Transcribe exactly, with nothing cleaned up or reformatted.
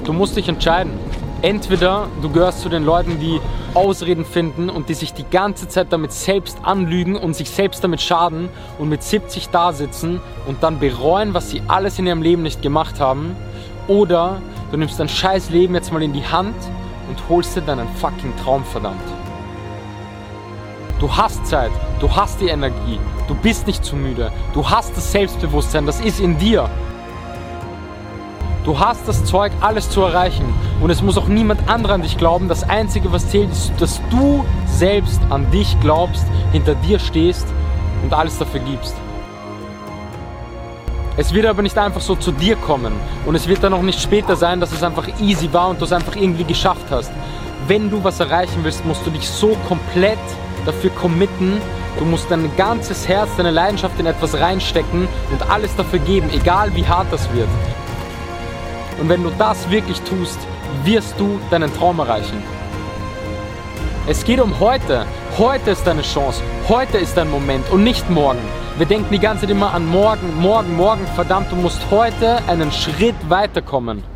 Du musst dich entscheiden. Entweder du gehörst zu den Leuten, die Ausreden finden und die sich die ganze Zeit damit selbst anlügen und sich selbst damit schaden und mit siebzig da sitzen und dann bereuen, was sie alles in ihrem Leben nicht gemacht haben. Oder du nimmst dein scheiß Leben jetzt mal in die Hand und holst dir deinen fucking Traum, verdammt. Du hast Zeit, du hast die Energie, du bist nicht zu müde, du hast das Selbstbewusstsein, das ist in dir. Du hast das Zeug, alles zu erreichen und es muss auch niemand anderer an dich glauben. Das Einzige, was zählt, ist, dass du selbst an dich glaubst, hinter dir stehst und alles dafür gibst. Es wird aber nicht einfach so zu dir kommen und es wird dann auch nicht später sein, dass es einfach easy war und du es einfach irgendwie geschafft hast. Wenn du was erreichen willst, musst du dich so komplett dafür committen. Du musst dein ganzes Herz, deine Leidenschaft in etwas reinstecken und alles dafür geben, egal wie hart das wird. Und wenn du das wirklich tust, wirst du deinen Traum erreichen. Es geht um heute. Heute ist deine Chance. Heute ist dein Moment und nicht morgen. Wir denken die ganze Zeit immer an morgen, morgen, morgen. Verdammt, du musst heute einen Schritt weiterkommen.